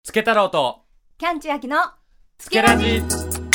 つけ太郎とキャンチアキのつけラジ。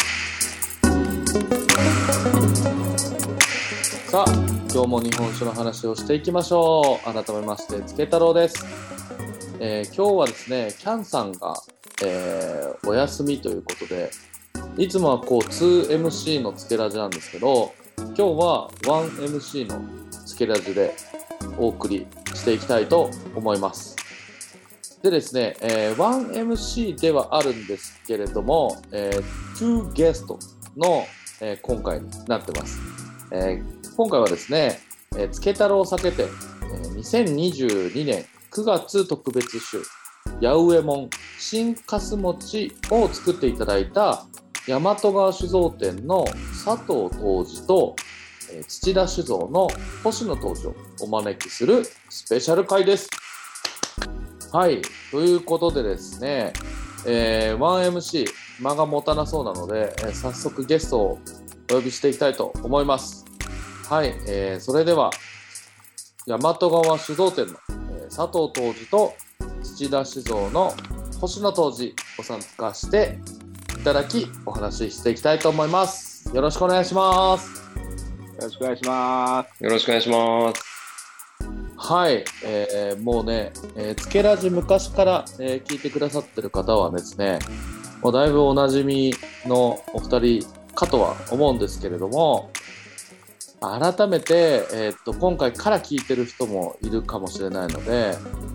さあ、今日も日本酒の話をしていきましょう。改めましてつけ太郎です。今日はですね、キャンさんが、お休みということで、いつもはこう 2MC のつけラジなんですけど、今日は 1MC のつけラジでお送りしていきたいと思います。でですね、1MC ではあるんですけれども、2ゲストの、今回になってます。今回はですね、つけ太郎酒店、2022年9月特別酒八右衛門新粕餅を作っていただいた大和川酒造店の佐藤杜氏と、土田酒造の星野杜氏をお招きするスペシャル回です。はい、ということでですね、1MC 間が持たなそうなので、早速ゲストをお呼びしていきたいと思います。はい、それでは大和川酒造店の、佐藤杜氏と土田酒造の星野杜氏ご参加していただきお話ししていきたいと思います。よろしくお願いします。 よろしくお願いします。 よろしくお願いします。 はい、もうね、つけラジ昔から、聞いてくださってる方はですね、もうだいぶおなじみのお二人かとは思うんですけれども、改めて、今回から聞いてる人もいるかもしれないので、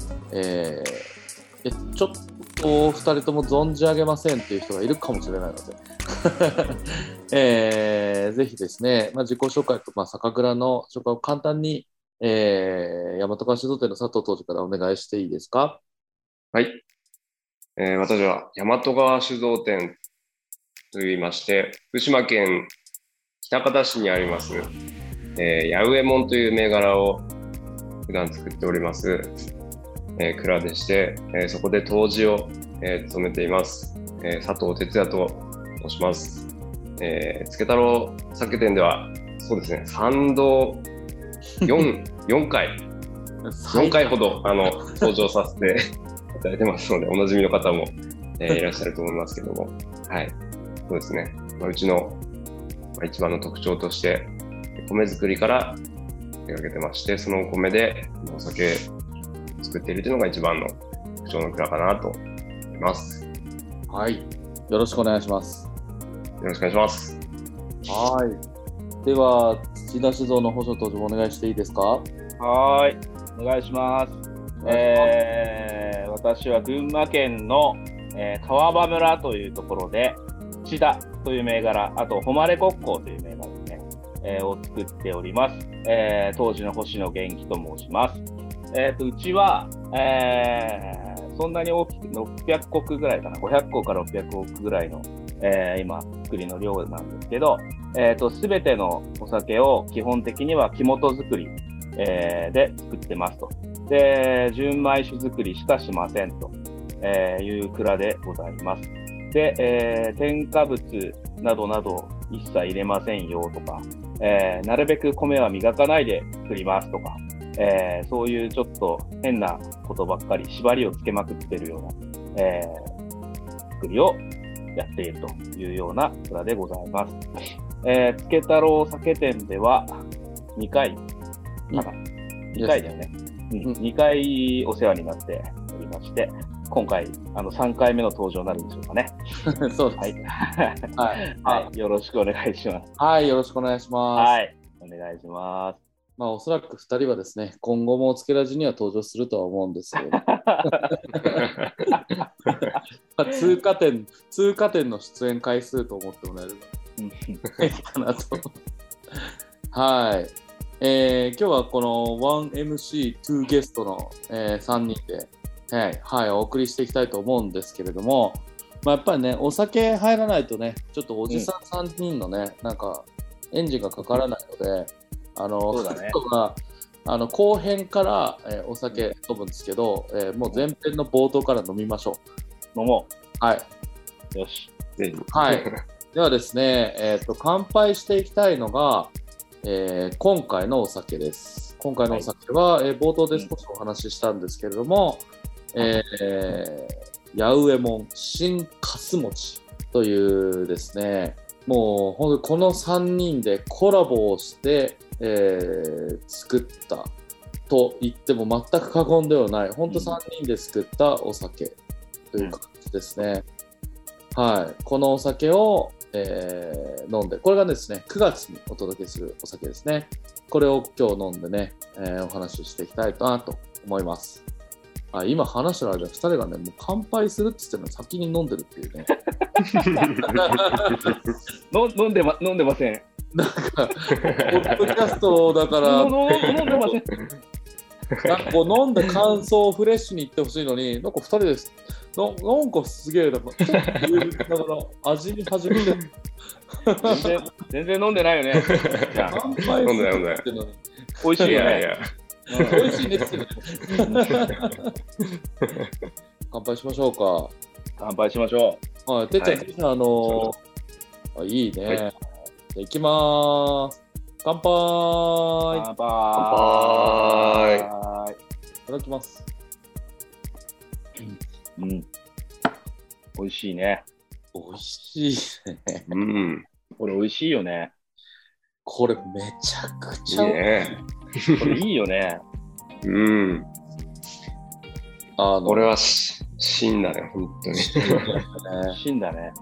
ちょっとお二人とも存じ上げませんっていう人がいるかもしれないので、ぜひですね、自己紹介と、酒蔵の紹介を簡単に大和川酒造店の佐藤杜氏からお願いしていいですか？ はい。私は大和川酒造店といいまして、福島県喜多方市にあります、八右衛門という銘柄を普段作っております、蔵でして、そこで杜氏を、務めています、佐藤哲也と申します。つけ太郎酒店ではそうですね、3度4回ほど登場させていただいてますので、おなじみの方も、いらっしゃると思いますけども、はい、そうですね、うちの、一番の特徴として米作りから手がけてまして、そのお米でお酒を作っているというのが一番の特徴の蔵かなと思います。 はい、よろしくお願いします。 よろしくお願いします。 はい、では土田酒造の星野杜氏もお願いしていいですか？ はい、お願いします。私は群馬県の、川場村というところで土田という銘柄、あと誉れ国交という銘柄ですね、を作っております。当時の星野元気と申します。うちは、そんなに大きく600石ぐらいかな、500石から600石ぐらいの今作りの量なんですけど、すべてのお酒を基本的には木本作り、で作ってますと。で、純米酒作りしかしませんと、いう蔵でございます。で、添加物などなど一切入れませんよとか、なるべく米は磨かないで作りますとか、そういうちょっと変なことばっかり縛りをつけまくってるような、作りをやっているというような蔵でございます。つけ太郎酒店では2回かな、2回だよね、2回お世話になっておりまして、今回3回目の登場になるんでしょうかね。 そうです。 はい、はい、よろしくお願いします。 はい、よろしくお願いします。 はい、お願いします。 おそらく2人はですね、今後もつけラジには登場するとは思うんですけど通過点の出演回数と思ってもらえればいいかなとはい、今日はこの 1MC2 ゲストの、3人で、はい、お送りしていきたいと思うんですけれども、やっぱりね、お酒入らないとね、ちょっとおじさん3人のね、なんかエンジンがかからないので、 そうだね、 後編から、お酒飲むんですけど、もう前編の冒頭から飲みましょう。飲もう。はい。 よし。 はい。ではですね、乾杯していきたいのが、今回のお酒です。今回のお酒は、冒頭で少しお話ししたんですけれども、 八右衛門新粕餅というですね、もう本当にこの3人でコラボをして、作ったと言っても全く過言ではない、本当3人で作ったお酒という感じですね。はい、このお酒を、飲んで、これがですね9月にお届けするお酒ですね。これを今日飲んでね、お話ししていきたいなと思います。今話してる間2人がね、もう乾杯するって言ってるの先に飲んでるっていうね。 飲んでません。 なんかポッドキャストだから飲んでません。 なんかこう飲んで感想をフレッシュに言ってほしいのに、なんか2人ですなんかすげえなんかちょっとだから味見始めて全然飲んでないよね。 乾杯するって言ってるのに美味しいよね。 いや美味しいですけど乾杯しましょうか。 乾杯しましょはい、てっちゃん、いいね。 はいじゃあいきまーす。乾杯。 う。乾乾杯。 いただきます。 うん。美味しいね。 美味しいね。 うん。 これ美味しいよね。 これめちゃくちいいゃね。 これいいよね。 うん。俺は芯だね、本当に。 芯だね。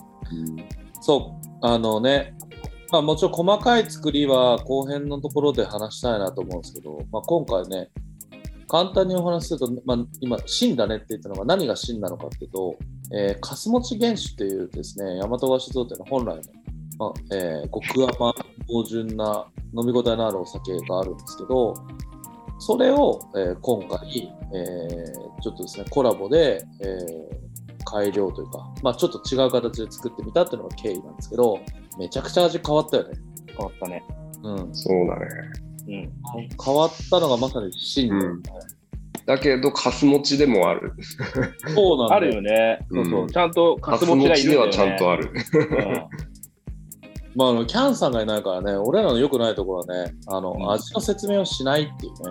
そうね、まあ、もちろん細かい作りは後編のところで話したいなと思うんですけど、まあ、今回ね簡単にお話しすると、まあ、今芯だねって言ったのが何が芯なのかっていうと、粕餅原酒っていうですね大和川酒造店の本来の、極甘芳醇な飲み応えのあるお酒があるんですけど、それを、今回、ちょっとですねコラボで、改良というか、まあ、ちょっと違う形で作ってみたっていうのが経緯なんですけど、めちゃくちゃ味変わったよね。 変わったね。 そうだね。 変わったのがまさに芯だよね。 だけど粕餅でもある。 そうなんだ。 あるよね。そうちゃんと粕餅がいるんだよね。 粕餅ではちゃんとある。 まあ、キャンさんがいないからね、俺らの良くないところはね、味の説明をしないっていうね。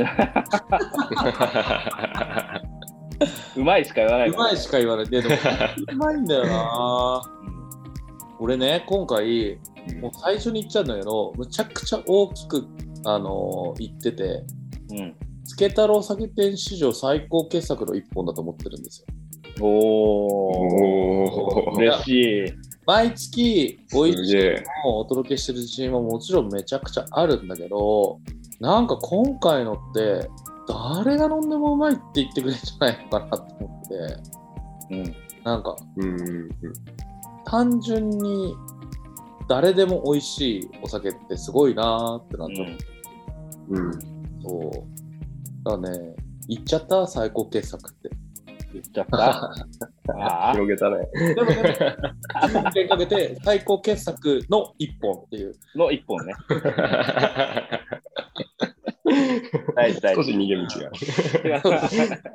うまいしか言わない。 うまいしか言わない。でも、うまいんだよな。俺ね、今回、もう最初に言っちゃうんだけど、むちゃくちゃ大きく、言ってて、つけ太郎酒店史上最高傑作の一本だと思ってるんですよ。 おー、 嬉しい。 毎月おいしいのをお届けしてる自信はもちろんめちゃくちゃあるんだけど、なんか今回のって誰が飲んでもうまいって言ってくれるんじゃないのかなと思って、なんか、単純に誰でも美味しいお酒ってすごいなーってなった。そうだからね、言っちゃった最高傑作って言っちゃった広げたね。 でも1点かけて最高傑作の1本っていうの1本ね。 少し逃げ道が。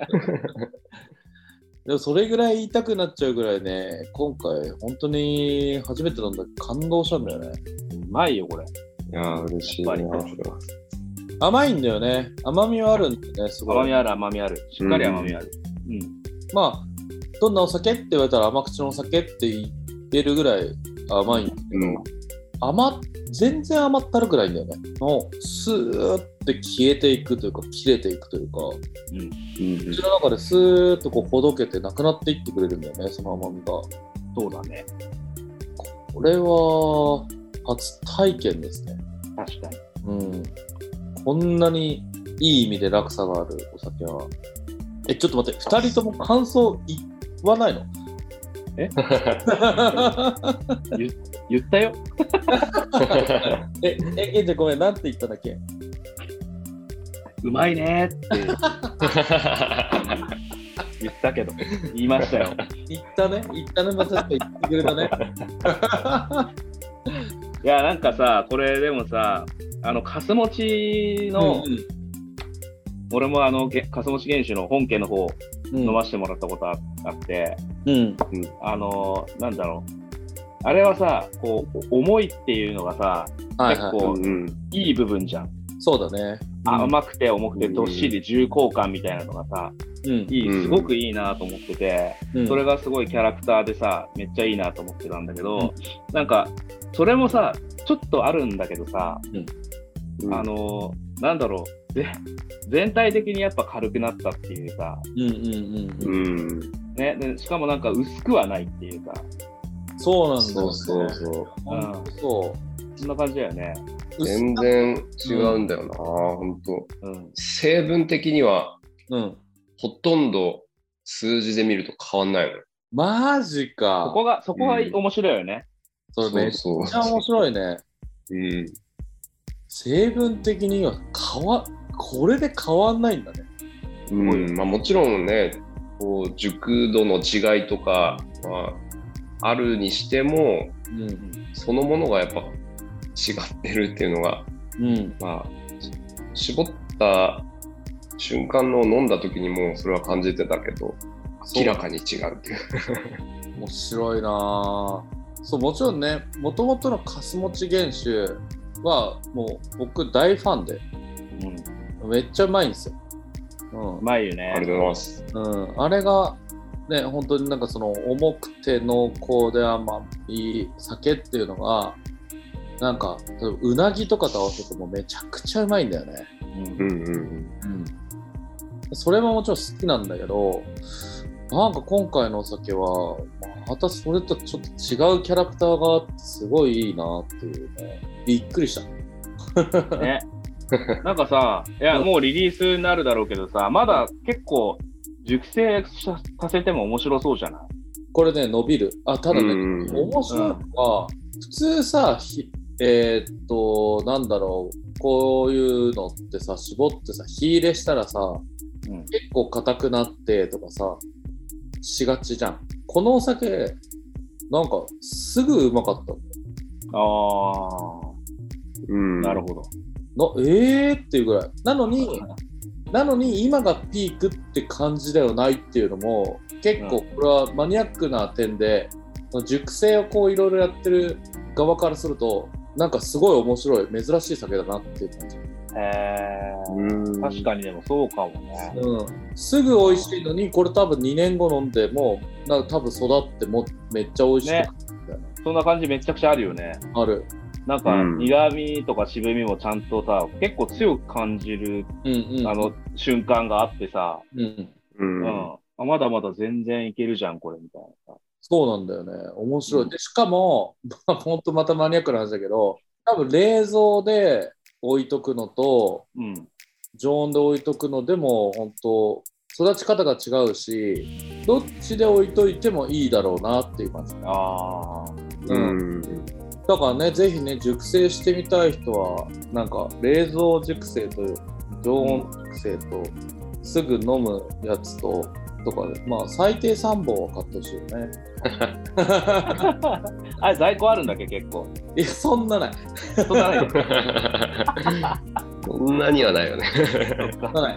でもそれぐらい言いたくなっちゃうぐらいね、今回本当に初めて飲んだ感動したんだよね。 うまいよこれ。 いや嬉しいな。 甘いんだよね。甘みはあるんだよね。すごい。 甘みある。しっかり甘みある。 まあどんなお酒って言われたら甘口のお酒って言ってるぐらい甘いんだけど、全然甘ったるくないんだよね。スーって消えていくというか切れていくというか、口の中でスーッとこうほどけてなくなっていってくれるんだよね、その甘みが。 そうだね。 これは初体験ですね。 確かに。こんなにいい意味で落差があるお酒は。ちょっと待って、2人とも感想言わないの？ 言ったよ。 じゃごめん、なんて言ったんだっけ？ うまいねって言ったけど、言いましたよ。 言ったね、また言ってくれたね。 いや、なんかさ、これでもさ、粕餅の、俺も粕餅原酒の本家の方飲ませてもらったことあって、なんだろう、あれはさ、こう重いっていうのがさ、結構いい部分じゃん。 そうだね。 甘くて重くてどっしり重厚感みたいなのがさ、 すごくいいなと思ってて、それがすごいキャラクターでさ、めっちゃいいなと思ってたんだけど、なんか、それもさ、ちょっとあるんだけどさ、なんだろう、全体的にやっぱ軽くなったっていうか、ね、でしかもなんか薄くはないっていうか。 そうなんだよね。 そう。そんな感じだよね。 全然違うんだよな、本当。成分的には、ほとんど数字で見ると変わんないの。 マジか。 そこが面白いよね。 それめっちゃ面白いね。成分的にはこれで変わんないんだね。 まあもちろんね、こう熟度の違いとか、あるにしても、そのものがやっぱ違ってるっていうのが、まあ絞った瞬間の飲んだ時にもそれは感じてたけど、明らかに違うっていう。 面白いなぁ。そう、もちろんね、もともとのかすもち原酒はもう僕大ファンで、めっちゃうまいんですよ。 うまいよね。 ありがとうございます。 あれがね、本当になんかその重くて濃厚で甘い酒っていうのが、なんか例えばうなぎとかと合わせてもめちゃくちゃうまいんだよね。それももちろん好きなんだけど、なんか今回のお酒はまたそれとちょっと違うキャラクターがあってすごいいいなっていうね、びっくりした。 ね、なんかさ、いやもうリリースになるだろうけどさ、まだ結構熟成させても面白そうじゃない？ これね、伸びる。ただね、面白いのは、普通さ、なんだろう、こういうのってさ、絞ってさ、火入れしたらさ、結構硬くなってとかさ、しがちじゃん。このお酒、なんかすぐうまかった。 なるほど。 っていうぐらい。なのに今がピークって感じではないっていうのも、結構これはマニアックな点で、熟成をこういろいろやってる側からすると、なんかすごい面白い、珍しい酒だなっていう感じ。 確かにでもそうかもね。 すぐ美味しいのに、これ多分2年後飲んでも、なんか多分育ってもめっちゃ美味しい、ね。 そんな感じめちゃくちゃあるよね。 ある。 なんか苦味とか渋みもちゃんとさ、結構強く感じる、瞬間があってさ、まだまだ全然いけるじゃんこれみたいなさ。 そうなんだよね。面白い。でしかも本当またマニアックな話だけど、多分冷蔵で置いとくのと、常温で置いとくのでも本当育ち方が違うし、どっちで置いといてもいいだろうなっていう感じ。だからね、ぜひね、熟成してみたい人は、なんか冷蔵熟成と常温熟成とすぐ飲むやつとかで、まあ最低3本は買ってほしいよね。 あれ在庫あるんだっけ結構。 いや、そんなない。 そんなない。 そんなにはないよね。 そんなない。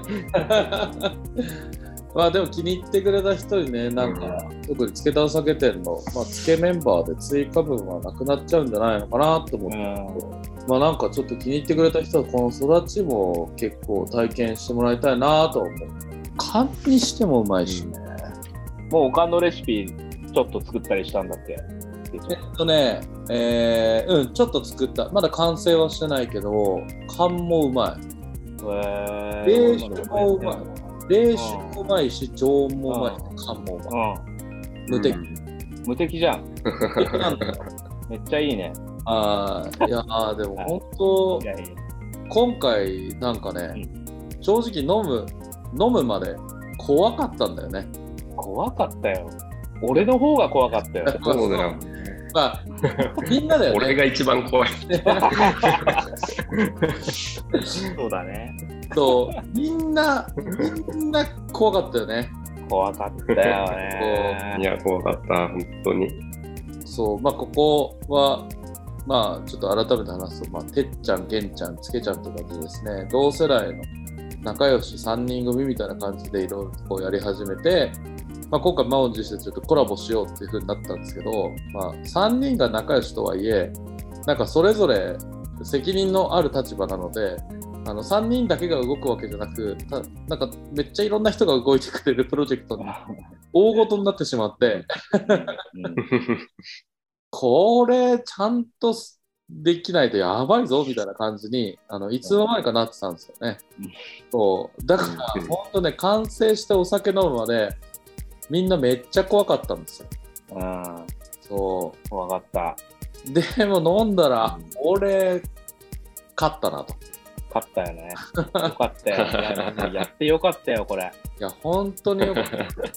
まあでも気に入ってくれた人にね、なんか特につけたお酒店の、つけメンバーで追加分はなくなっちゃうんじゃないのかなと思って、なんかちょっと気に入ってくれた人はこの育ちも結構体験してもらいたいなと思う。缶にしてもうまいしね。 もうおかんのレシピちょっと作ったりしたんだっけ？ ちょっと作った。まだ完成はしてないけど、缶もうまい。冷酒もうまい。冷酒もうまいし、常温もうまい。缶もうまい。無敵。 無敵じゃん。めっちゃいいね。 いやでも本当、今回なんかね、正直飲むまで怖かったんだよね。 怖かったよ。俺の方が怖かったよ。 そうだよ。 みんなだよね。 俺が一番怖い。 そうだね。 そう、みんな怖かったよね。 怖かったよね。 いや、怖かった、本当に。 そう、ここは、ちょっと改めて話すと、てっちゃん、げんちゃん、つけちゃんって感じですね。同世代の仲良し3人組みたいな感じでいろいろこうやり始めて、今回満を持してちょっとコラボしようっていう風になったんですけど、3人が仲良しとはいえ、なんかそれぞれ責任のある立場なので、 3人だけが動くわけじゃなく、なんかめっちゃいろんな人が動いてくれるプロジェクトに大ごとになってしまって、これちゃんとできないとやばいぞみたいな感じにいつの間にかなってたんですよね。そうだから本当ね、完成してお酒飲むまでみんなめっちゃ怖かったんですよ。そう怖かった。 でも飲んだら、俺勝ったなと。 勝ったよね。よかったよ。やってよかったよこれ。 いや本当によかった、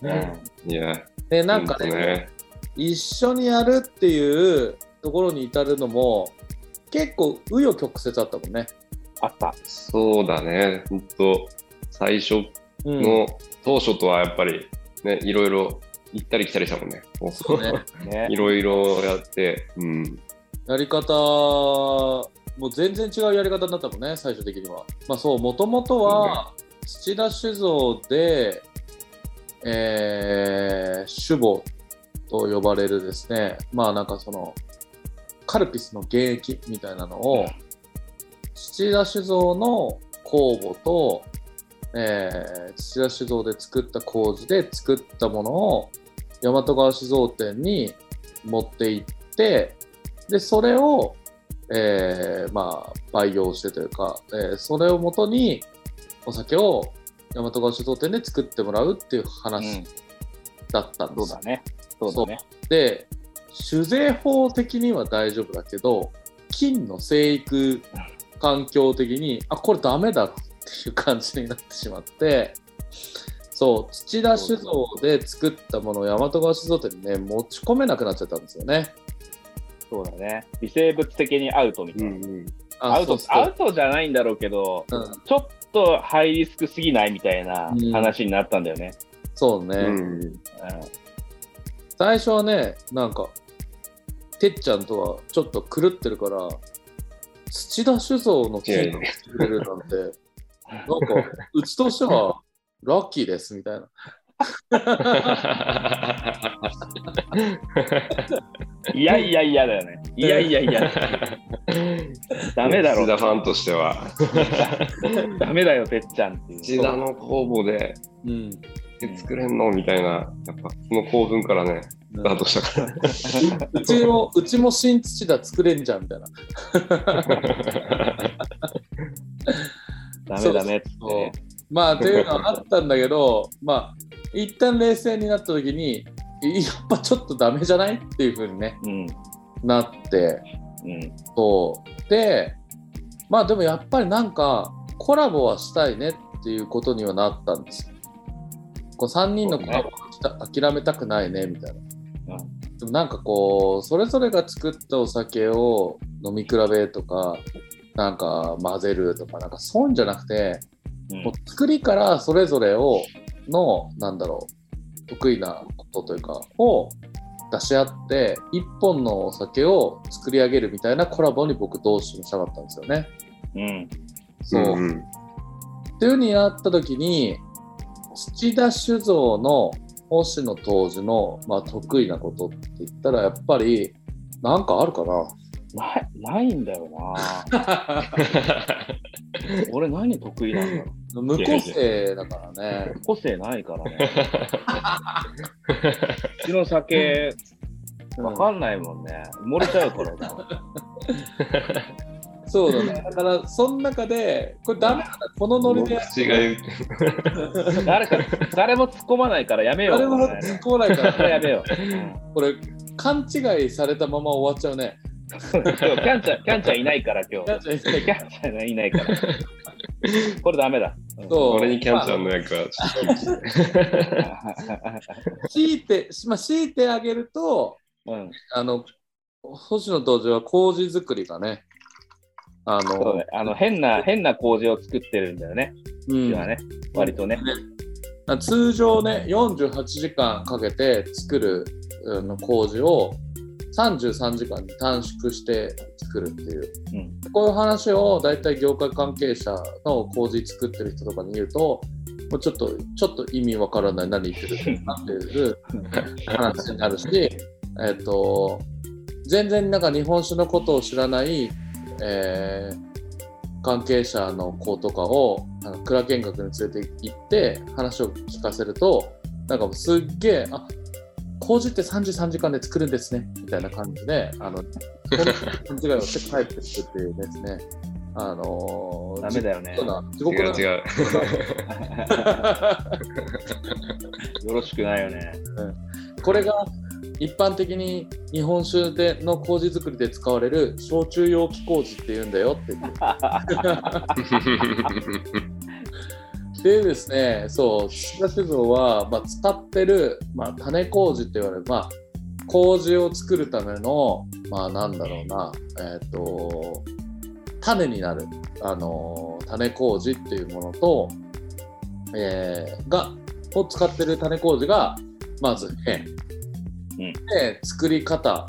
ね。 いやでなんか ね一緒にやるっていうところに至るのも結構紆余曲折あったもんね。 あった。 そうだね。本当最初の、当初とはやっぱりね、いろいろ行ったり来たりしたもんね。 そうね。 いろいろやって、 やり方もう全然違うやり方になったもんね、最終的には。まあそう、もともとは土田酒造で、酒母と呼ばれるですね、まあなんかそのカルピスの原液みたいなのを、土田酒造の酵母と、土田酒造で作った麹で作ったものを大和川酒造店に持って行って、でそれをまあ培養してというか、それをもとにお酒を大和川酒造店で作ってもらうっていう話だったんです。 そうだね。そうだね。 で酒税法的には大丈夫だけど、菌の生育環境的にこれダメだろっていう感じになってしまって、そう土田酒造で作ったものを大和川酒造店にね持ち込めなくなっちゃったんですよね。 そうだね。微生物的にアウトみたいな。アウトじゃないんだろうけど、ちょっとハイリスクすぎないみたいな話になったんだよね。 そうね。最初はね、なんかてっちゃんとはちょっと狂ってるから土田酒造の菌が作れるなんてなんかうちとしてはラッキーですみたいな。 いやいやいやだよね。いやいやいや。ダメだろ。 土田ファンとしては。 ダメだよ、てっちゃんっていう。 土田の酵母で、作れんのみたいな、やっぱその興奮からね、スタートしたから。 うちも新土田作れんじゃんみたいな。 ダメダメって、ね。 まあというのはあったんだけど、まあ一旦冷静になった時にやっぱちょっとダメじゃないっていう風にね、なって、そうでまあでもやっぱりなんかコラボはしたいねっていうことにはなったんですよ。こう3人のコラボは諦めたくないねみたいな。でもなんかこうそれぞれが作ったお酒を飲み比べとかなんか混ぜるとかなんかそういうんじゃなくて、もう作りからそれぞれのなんだろう得意なことというかを出し合って一本のお酒を作り上げるみたいなコラボに僕どうしてもしたかったんですよね。そう、っていう風になった時に土田酒造の星野杜氏の、まあ、得意なことって言ったらやっぱりなんかあるかな。 ないんだよな。俺何得意なんだろう。 無個性だからね。 無個性ないからね。うちの酒わかんないもんね。埋もれちゃうからな。 そうだね。だからその中でこれダメなんだ。このノリで。 誰も突っ込まないからやめよう。 誰も突っ込まないからやめよう。 これ勘違いされたまま終わっちゃうね。 キャンちゃんいないから今日。キャンちゃんいないから。これダメだ。 俺にキャンちゃんの役は強いてあげると、星野杜氏は麹作りがね、 そうね、変な麹を作ってるんだよね。ね、割とね。 通常ね48時間かけて作る麹を33時間に短縮して作るっていう、こういう話をだいたい業界関係者の麹作ってる人とかに言うともうちょっと意味わからない何言ってるんだっていう話になるし全然なんか日本酒のことを知らない関係者の子とかを蔵見学に連れて行って話を聞かせると、なんかもうすっげえ、麹って33時間で作るんですねみたいな感じで勘違いをして帰ってくるっていうですね、 ダメだよね。 地獄の違う。 よろしくないよね。 これが一般的に日本酒での麹作りで使われる焼酎容器麹って言うんだよって言ってでですね、そう、土田酒造は、使ってる、種麹って言われる、麹を作るための、なんだろうな、種になる、種麹っていうものと、を使ってる種麹が、まず変。で、作り方、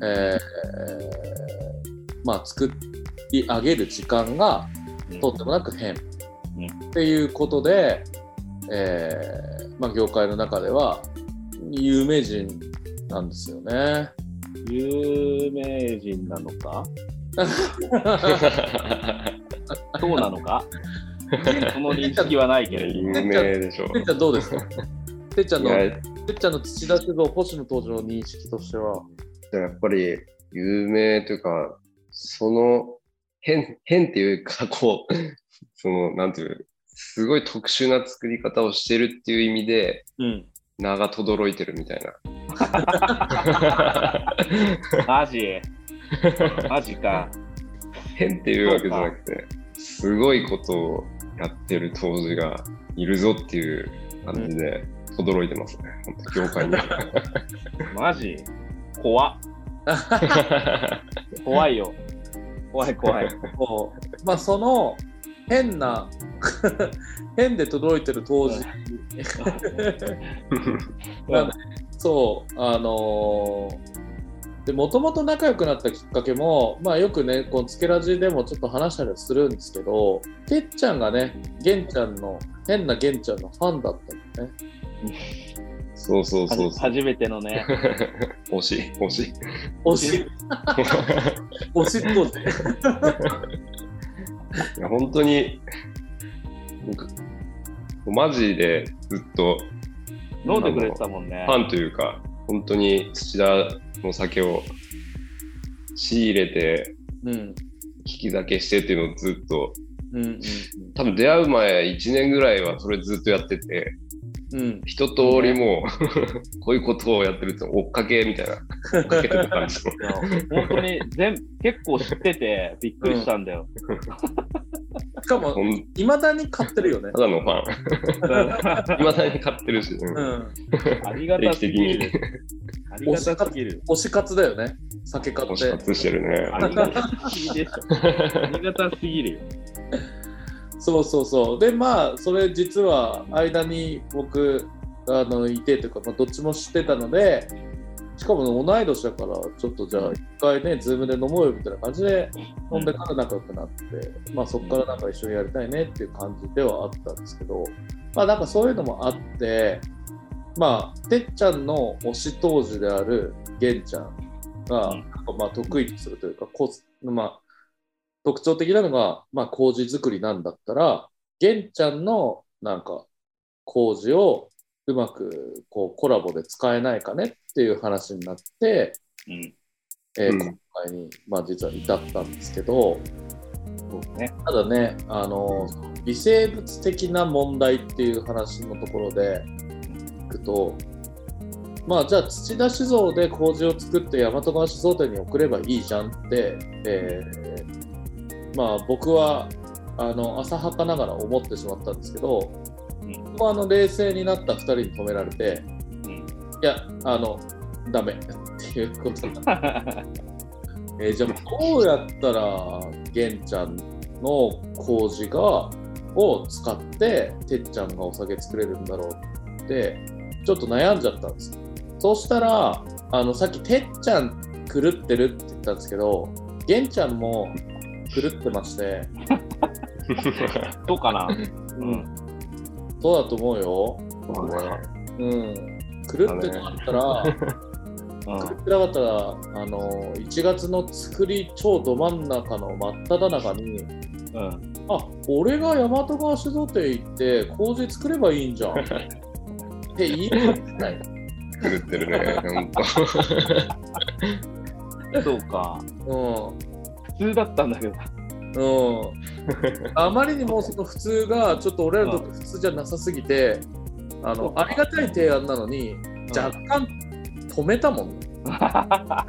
作り上げる時間がとってもなく変。っていうことで、業界の中では有名人なんですよね。 有名人なのかそうなのかその認識はないけれど。 有名でしょう。 てっちゃんどうですか？てっちゃんの土田酒造星野杜氏の認識としては。 やっぱり有名というか、その変っていうか、なんていう、すごい特殊な作り方をしてるっていう意味で、名が轟いてるみたいな。 マジか。 変っていうわけじゃなくて、すごいことをやってる当時がいるぞっていう感じで、轟いてますね、本当業界に。 マジ怖いよ。怖い。 その変で届いてる当時でもともと仲良くなったきっかけも、よくね、このつけラジでもちょっと話したりするんですけど、てっちゃんがね、変な玄ちゃんのファンだったのね。 そう。 初めてのね。 惜しい当時。 いや本当にマジでずっと飲んでくれてたもんね。 ファンというか、本当に土田の酒を仕入れて、利き酒してっていうのをずっと、多分出会う前1年ぐらいはそれずっとやってて、一通りもうこういうことをやってるって追っかけみたいな追っかけてた感じ本当に結構知っててびっくりしたんだよ。 しかもいまだに買ってるよね。 ただのファンいまだに買ってるし、 ありがたすぎる。 推し活だよね。酒買って推し活してるね。 ありがたすぎでしょ。ありがたすぎるよ。 そうで、それ実は間に僕いてというか、どっちも知ってたので、しかも同い年だからちょっとじゃあ一回ね、ズームで飲もうよみたいな感じで飲んでから仲良くなって、そこからなんか一緒にやりたいねっていう感じではあったんですけど、なんかそういうのもあって、てっちゃんの推し当時である玄ちゃんが、得意とするというか、特徴的なのが、麹作りなんだったら、玄ちゃんのなんか麹をうまくコラボで使えないかねっていう話になって、今回に、実は至ったんですけど、ただね、微生物的な問題っていう話のところでいくと、じゃあ土田酒造で麹を作って大和川酒造店に送ればいいじゃんって、僕は浅はかながら思ってしまったんですけど、冷静になった2人に止められて、いやダメっていうことになってじゃあどうやったら玄ちゃんの麹を使っててっちゃんがお酒作れるんだろうってちょっと悩んじゃったんです。そうしたらさっきてっちゃん狂ってるって言ったんですけど、玄ちゃんも狂ってましてそうかな、 そうだと思うよ。狂ってなかったら1月の作り超ど真ん中の真っ只中にあ、俺が大和川酒造店行って麹作ればいいんじゃんって言いない。 作ってるね、ほんと。 そうか。 普通だったんだけど。 あまりにもその普通がちょっと俺らにとって普通じゃなさすぎて、ありがたい提案なのに若干止めたもんね。 だ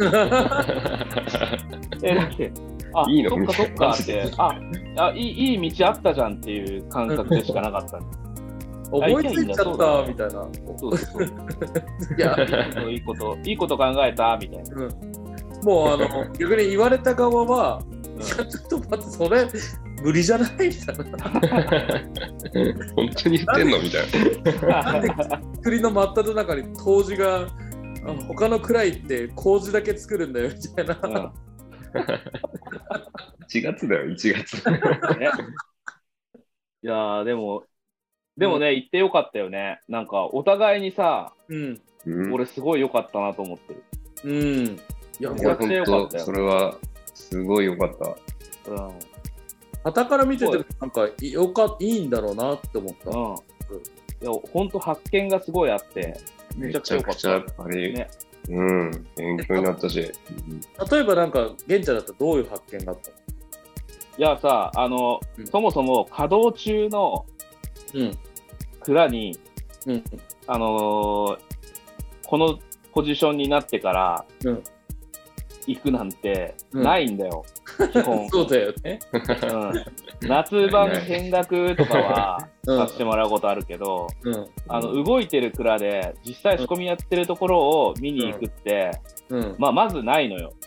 っていいのそっかそっかっていい道あったじゃんっていう感覚でしかなかったんで思いついちゃったみたいな。 そういやいいこと考えたみたいな。 もう逆に言われた側は、いやちょっと待ってそれ無理じゃないみたいな。 本当に言ってんのみたいな。 なんで作りの真っ只中に杜氏が他の蔵行って麹だけ作るんだよみたいな。 1月だよ、1月。 いやでもね、言ってよかったよね。なんかお互いにさ、俺すごい良かったなと思ってる。 いや本当それはすごい良かった。 傍から見ててもなんかいいんだろうなって思った。 いや本当発見がすごいあってめちゃくちゃ良かった。 めちゃくちゃやっぱり、ね、勉強になったし。例えばなんか玄ちゃんだったらどういう発見があったの？ いやさそもそも稼働中の蔵に、このポジションになってから、行くなんてないんだよ、基本。 そうだよね。 夏場に見学とかはさせてもらうことあるけど、動いてる蔵で実際仕込みやってるところを見に行くって、まずないのよ。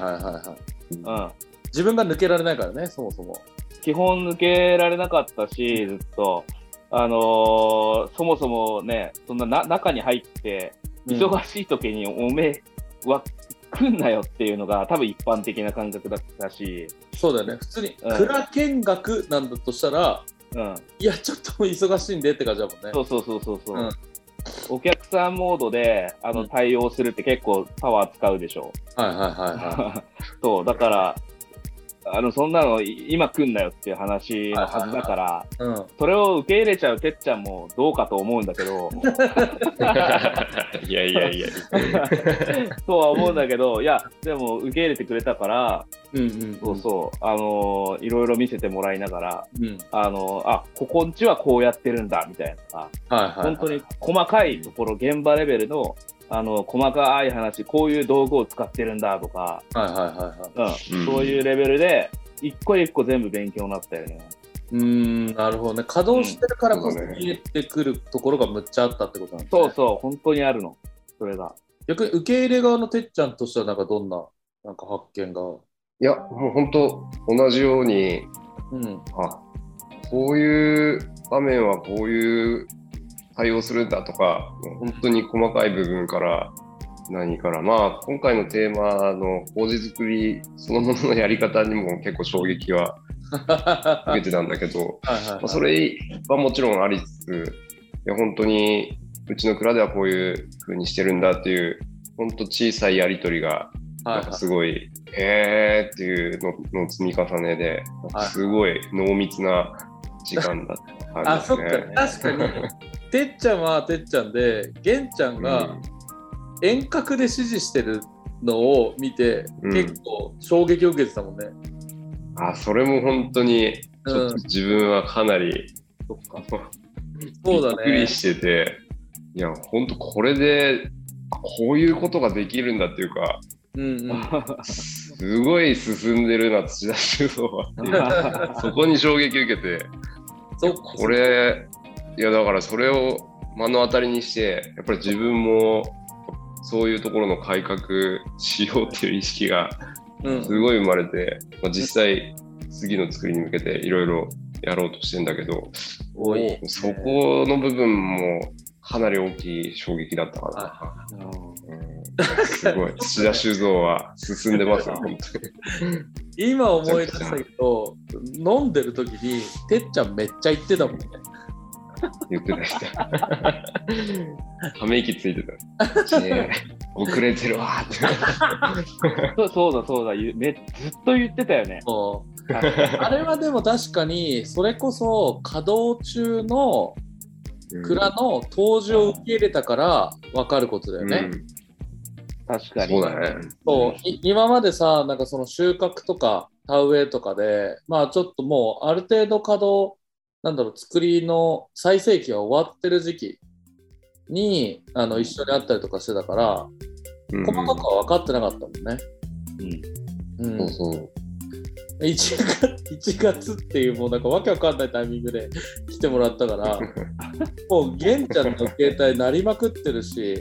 自分が抜けられないからね、そもそも。 基本抜けられなかったし、ずっと。そもそもね、そんな中に入って、忙しい時におめえは来んなよっていうのが多分一般的な感覚だったし。 そうだよね。普通に蔵見学なんだとしたら、いやちょっと忙しいんでって感じだもんね。 そう、お客さんモードで対応するって結構パワー使うでしょ。そうだからそんなの今来んなよっていう話のはずだから、それを受け入れちゃうてっちゃんもどうかと思うんだけどいやとは思うんだけど、いやでも受け入れてくれたから、いろいろ見せてもらいながら、ここんちはこうやってるんだみたいな、本当に細かいところ現場レベルの細かい話、こういう道具を使ってるんだとか、そういうレベルで一個一個全部勉強になったよね。 なるほどね。稼働してるからこそ見えてくるところがむっちゃあったってことなんですね。 そう本当にあるの、それが。 逆に受け入れ側のてっちゃんとしてはなんかどんな発見が？ いやもう本当同じように、こういう場面はこういう対応するんだとか、本当に細かい部分から何から、今回のテーマの麹作りそのもののやり方にも結構衝撃は受けてたんだけど、それはもちろんありつつ、いや本当にうちの蔵ではこういう風にしてるんだっていう本当小さいやり取りがなんかすごいへーっていうの積み重ねで、すごい濃密な時間だった感じですね。 確かにてっちゃんはてっちゃんで、玄ちゃんが遠隔で指示してるのを見て、結構衝撃を受けてたもんね。 それも本当にちょっと自分はかなり、 そうだね、 びっくりしてて、いや本当これでこういうことができるんだっていうか、すごい進んでるな土田酒造はっていうそこに衝撃受けて、これいやだからそれを目の当たりにして、やっぱり自分もそういうところの改革しようっていう意識がすごい生まれて、実際次の作りに向けていろいろやろうとしてんだけど、そこの部分もかなり大きい衝撃だったかな。すごい土田酒造は進んでますよ本当に。 今思い出したけど、飲んでる時にてっちゃんめっちゃ言ってたもんね。 言ってたため息ついてた、遅れてるわってそうだずっと言ってたよね。 あれはでも確かにそれこそ稼働中の蔵の杜氏を受け入れたから分かることだよね。 確かに。 そうだね。 そう今までさ、なんかその収穫とか田植えとかで、まあちょっともうある程度稼働、なんだろう、作りの最盛期が終わってる時期に一緒に会ったりとかしてたから、細かくは分かってなかったもんね。 そうそう。 1月っていうもうなんかわけわかんないタイミングで来てもらったからもう玄ちゃんの携帯鳴りまくってるし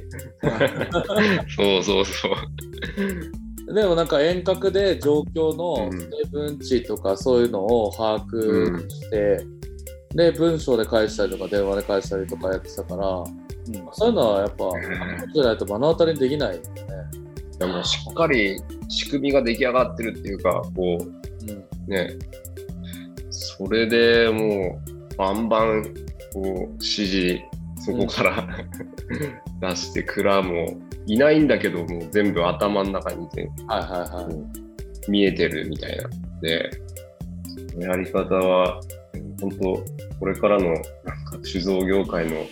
そうでもなんか遠隔で状況の成分値とかそういうのを把握して、で文章で返したりとか電話で返したりとかやってたから、そういうのはやっぱじゃないと目の当たりにできないよね。 でもしっかり仕組みが出来上がってるっていうか、こうね、それでもうバンバンこう指示そこから出して蔵もいないんだけどもう全部頭の中に見えてるみたいなで、そのやり方は本当これからのなんか酒造業界の、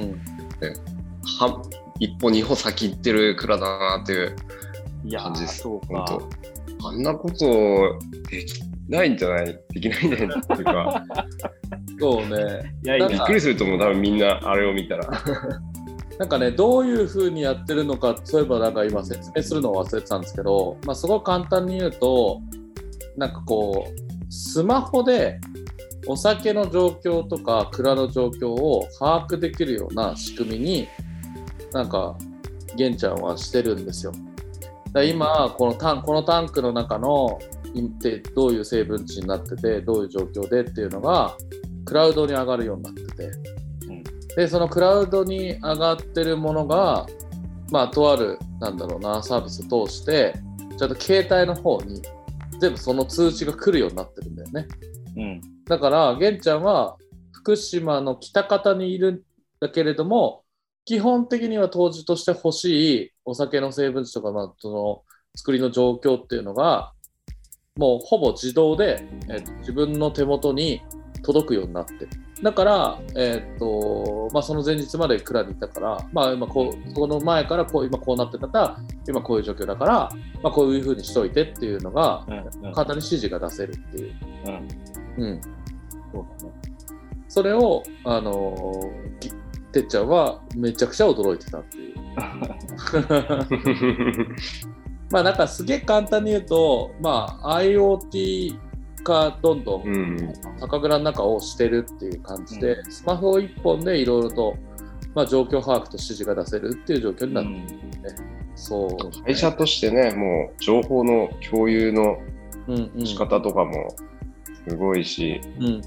一歩二歩先行ってる蔵だなっていう感じです。 そうか。 あんなことできないんじゃない、できないんじゃないっていうかそうね。 びっくりすると思う、多分みんなあれを見たらなんかね、どういう風にやってるのか、そういえばなんか今説明するのを忘れてたんですけど、まあすごく簡単に言うと、なんかこうスマホでお酒の状況とか蔵の状況を把握できるような仕組みになんか玄ちゃんはしてるんですよ。だ今このタンクの中のどういう成分値になっててどういう状況でっていうのがクラウドに上がるようになってて、でそのクラウドに上がってるものがまあとあるなんだろうなサービスを通してちゃんと携帯の方に全部その通知が来るようになってるんだよね。だから玄ちゃんは福島の北方にいるんだけれども基本的には杜氏として欲しいお酒の成分値とか、まあ、その作りの状況っていうのがもうほぼ自動で、自分の手元に届くようになってる。だから、まあ、その前日まで蔵にいたから、まあ、今この前から今こうなってたら今こういう状況だから、まあ、こういう風にしといてっていうのが、簡単に指示が出せるっていう。そうだね。それをてっちゃんはめちゃくちゃ驚いてたっていうまあなんかすげえ簡単に言うと、まあ IoT 化どんどん酒蔵の中をしてるっていう感じで、スマホ1本でいろいろと、まあ、状況把握と指示が出せるっていう状況になってるんですね。そう会社としてね、もう情報の共有の仕方とかもすごいし、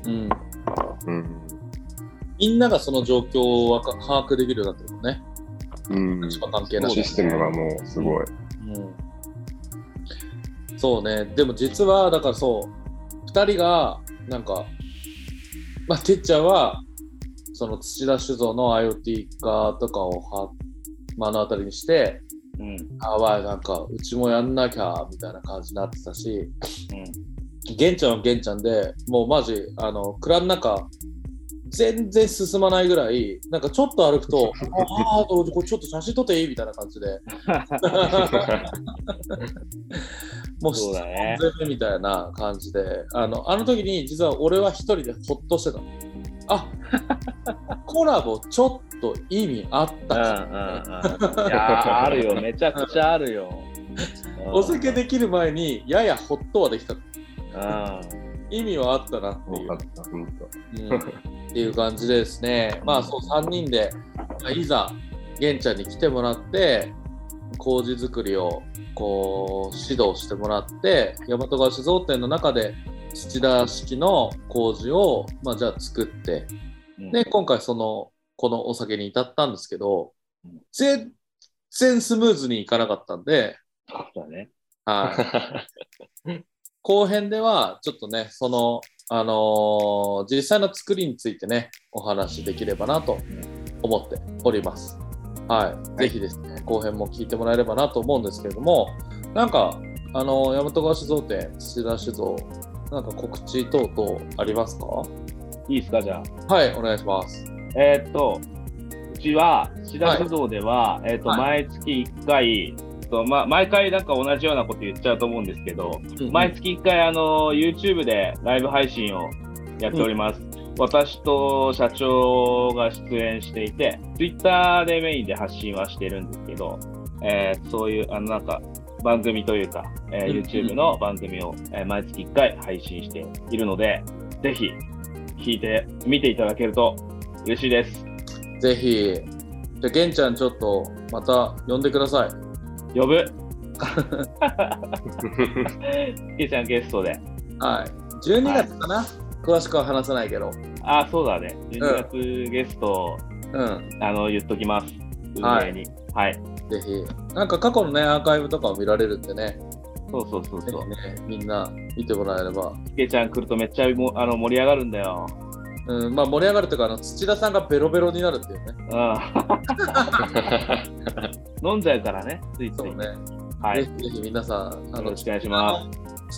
みんながその状況は把握できるようになってるもんね。関係ないシステムがもうすごい。 そうね。でも実はだからそう2人がなんか、まあてっちゃんはその土田酒造の IoT 化とかを目の当たりにして、なんかうちもやんなきゃみたいな感じになってたし、玄ちゃんは玄ちゃんでもうマジ蔵の中全然進まないぐらいなんかちょっと歩くとこれちょっと写真撮っていいみたいな感じでもうそうだねみたいな感じであの時に実は俺は一人でホッとしてた。コラボちょっと意味あったか、 いやあるよ、めちゃくちゃあるよ。 お酒できる前にややホッとはできた。意味はあったなっていう、っていう感じでですね。まあそう3人でいざ玄ちゃんに来てもらって麹作りをこう指導してもらって大和川酒造店の中で土田式の麹を、じゃあ作って、で今回このお酒に至ったんですけど、全然スムーズにいかなかったんで、後編ではちょっとね実際の作りについてねお話できればなと思っております。ぜひですね後編も聞いてもらえればなと思うんですけれども、なんか大和川酒造店土田酒造なんか告知等々ありますか？ いいですか、じゃはいお願いします。 うちは志田酒造では、毎月1回毎回なんか同じようなこと言っちゃうと思うんですけど、毎月1回YouTube でライブ配信をやっております。私と社長が出演していて、Twitter でメインで発信はしてるんですけど、そういうなんか番組というか、YouTube の番組を、毎月1回配信しているので、ぜひ聞いて見ていただけると嬉しいです。 ぜひ。じゃあ玄ちゃんちょっとまた呼んでください。 呼ぶけいちゃんゲストで。 はい。12月かな、はい、詳しくは話さないけど。 あ、そうだね。12月ゲスト、言っときます。運営に。はい。 ぜひ。なんか過去のね、アーカイブとかを見られるんでね。 そう。ぜひね、みんな見てもらえれば。 けいちゃん来るとめっちゃ盛り上がるんだよ。 まあ盛り上がるというか、土田さんがベロベロになるっていうね。 飲んじゃうからね、ついつい。 そうね。 はい。 ぜひ皆さん、 よろしくお願いします。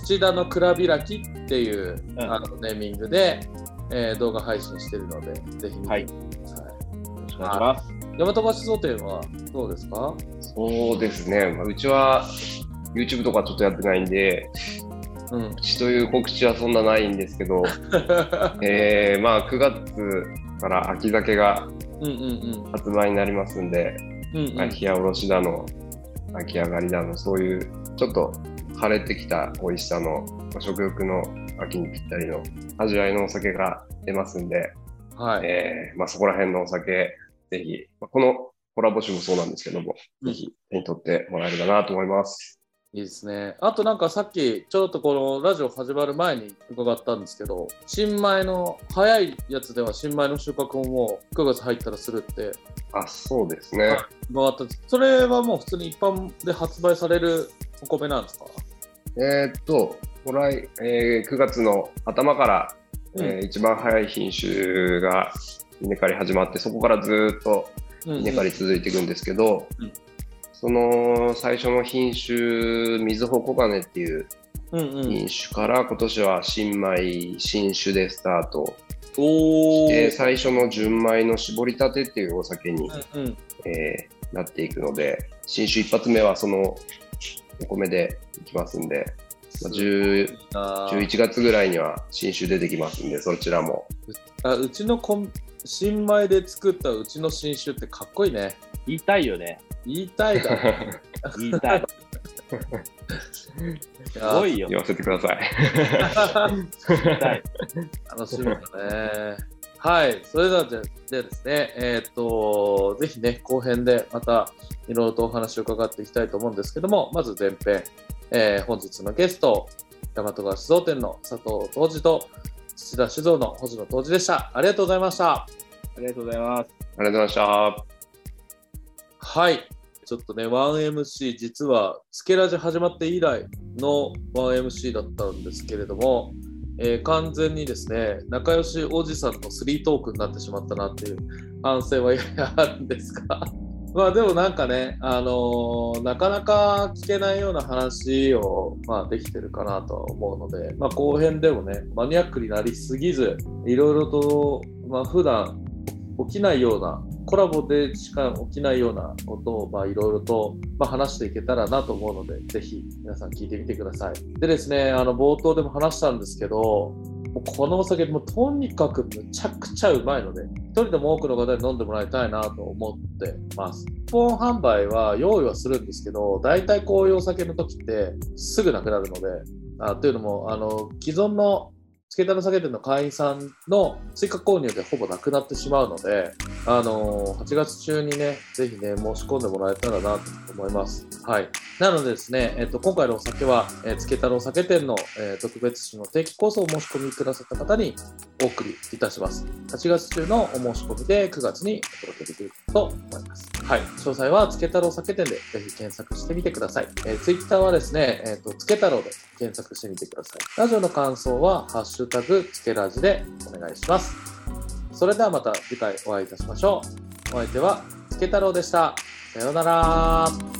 土田の蔵開きっていう、ネーミングで、動画配信してるので、ぜひ見てください。よろしくお願いします。 大和橋商店はどうですか？ そうですね。うちは YouTube とかちょっとやってないんで、告知という告知はそんなないんですけど、まあ9月から秋酒が発売になりますんで、冷やおろしだの、秋上がりだの、そういうちょっと晴れてきた美味しさの食欲の秋にぴったりの味わいのお酒が出ますんで、まあ、そこら辺のお酒、ぜひ、このコラボ酒もそうなんですけども、ぜひ手に取ってもらえればなと思います。 いいですね。あとなんかさっきちょっとこのラジオ始まる前に伺ったんですけど、新米の早いやつでは新米の収穫ももう9月入ったらするって。 あ、そうですね。 伺ったんです。それはもう普通に一般で発売されるお米なんですか？ 9月の頭から、一番早い品種が稲刈り始まって、そこからずっと稲刈り続いていくんですけど、その最初の品種、みずほこがねっていう品種から今年は新米、新酒でスタートして、最初の純米の搾りたてっていうお酒に、なっていくので、新酒一発目はそのお米でいきますんで、11月ぐらいには新酒出てきますんで、そちらも。 うちの新米で作ったうちの新酒ってかっこいいね。 言いたいよね。 言いたいだろ。 言いたい。すごいよ。 言わせてください。 楽しみだね。はい、それではでですね、ぜひね、後編でまたいろいろとお話を伺っていきたいと思うんですけども、まず前編、本日のゲスト、大和川酒造店の佐藤杜司と土田酒造の星野杜司でした。ありがとうございました。 ありがとうございます。 ありがとうございました。 はい、ちょっとね、1MC、実はつけラジ始まって以来の 1MC だったんですけれども、完全にですね、仲良しおじさんのスリートークになってしまったなっていう反省はややあるんですがまあでもなんかね、なかなか聞けないような話を、できてるかなとは思うので、後編でもね、マニアックになりすぎず、いろいろと、普段起きないような、コラボでしか起きないようなことをいろいろと話していけたらなと思うので、ぜひ皆さん聞いてみてください。でですね、冒頭でも話したんですけど、このお酒もとにかくむちゃくちゃうまいので、一人でも多くの方に飲んでもらいたいなと思ってます。一本販売は用意はするんですけど、大体こういうお酒の時ってすぐなくなるので、というのも既存のつけたの酒店の会員さんの追加購入でほぼなくなってしまうので、8月中にね、ぜひね、申し込んでもらえたらなと思います。はい。なのでですね、今回のお酒は、つけたの酒店の、特別種の定期コースをお申し込みくださった方にお送りいたします。8月中のお申し込みで9月にお届けできると思います。はい。詳細はつけたろ酒店でぜひ検索してみてください。ツイッターはですね、つけたろで検索してみてください。ラジオの感想は、ハッシュタグつけラジでお願いします。それではまた次回お会いいたしましょう。お相手はつけたろうでした。さようなら。